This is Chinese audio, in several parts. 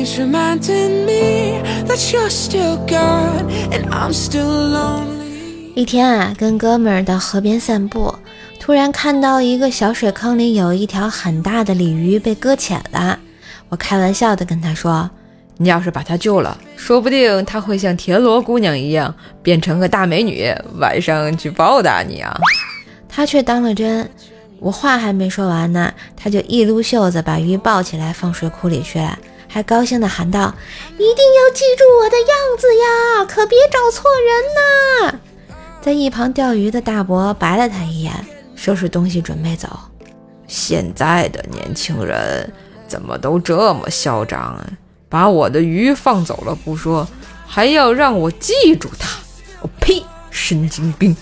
keeps reminding me that you're still gone and I'm still lonely. 一天啊，跟哥们儿到河边散步，突然看到一个小水坑里有一条很大的鲤鱼被搁浅了。我开玩笑的跟他说， 你要是把她救了，说不定她会像田螺姑娘一样变成个大美女，晚上去报答你啊。 他却当了真。我话还没说完呢，他就一撸袖子把鱼抱起来放水库里去了，还高兴地喊道，一定要记住我的样子呀，可别找错人呐。在一旁钓鱼的大伯白了他一眼，收拾东西准备走。 现在的年轻人怎么都这么嚣张啊？把我的鱼放走了不说，还要让我记住它。我呸，神经病。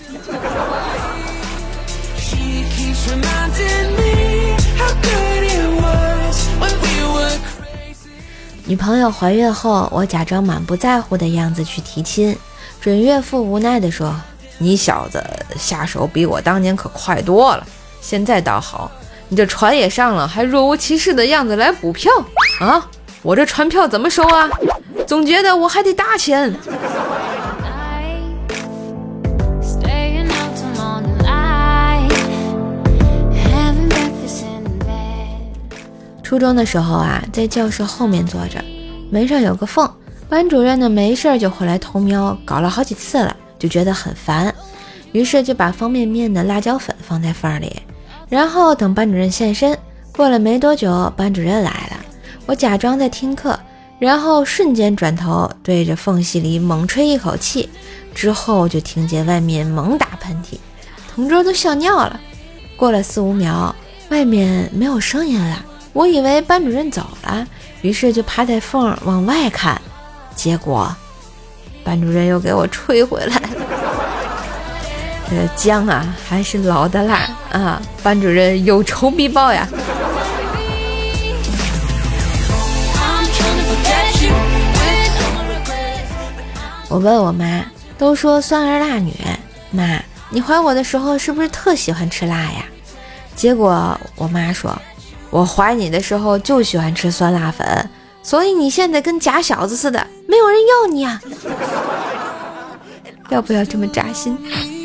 女朋友怀孕后，我假装满不在乎的样子去提亲，准岳父无奈地说， 你小子下手比我当年可快多了，现在倒好，你这船也上了，还若无其事的样子来补票啊！我这船票怎么收啊？总觉得我还得打钱。初中的时候啊，在教室后面坐着，门上有个缝，班主任呢没事就回来偷瞄，搞了好几次了，就觉得很烦，于是就把方便面的辣椒粉放在缝里，然后等班主任现身。过了没多久，班主任来了，我假装在听课，然后瞬间转头对着缝隙里猛吹一口气，之后就听见外面猛打喷嚏，同桌都笑尿了。过了4、5秒，外面没有声音了，我以为班主任走了，于是就趴在缝往外看，结果班主任又给我吹回来了。这个姜啊还是老的辣啊，班主任有仇必报呀。我问我妈，都说酸儿辣女，妈，你怀我的时候是不是特喜欢吃辣呀？结果我妈说，我怀你的时候就喜欢吃酸辣粉，所以你现在跟假小子似的，没有人要你啊。要不要这么扎心？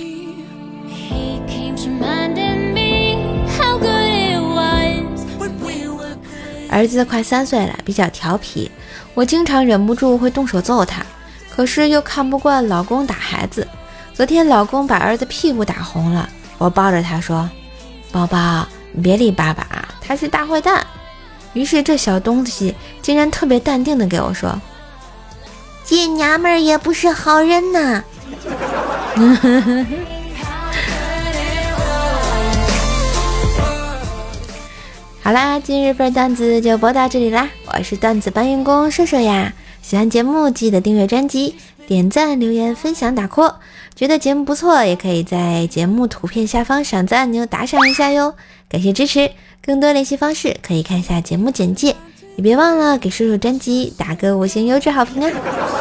儿子快3岁了，比较调皮，我经常忍不住会动手揍他，可是又看不惯老公打孩子。昨天老公把儿子屁股打红了，我抱着他说，宝宝你别理爸爸，他是大坏蛋。于是这小东西竟然特别淡定地给我说，姐娘们儿也不是好人呐。好啦，今日份段子就播到这里啦，我是段子搬运工射手呀。喜欢节目记得订阅专辑，点赞留言分享打 call， 觉得节目不错也可以在节目图片下方赏赞按钮打赏一下哟，感谢支持。更多联系方式可以看一下节目简介，也别忘了给射手专辑打个5星优质好评啊。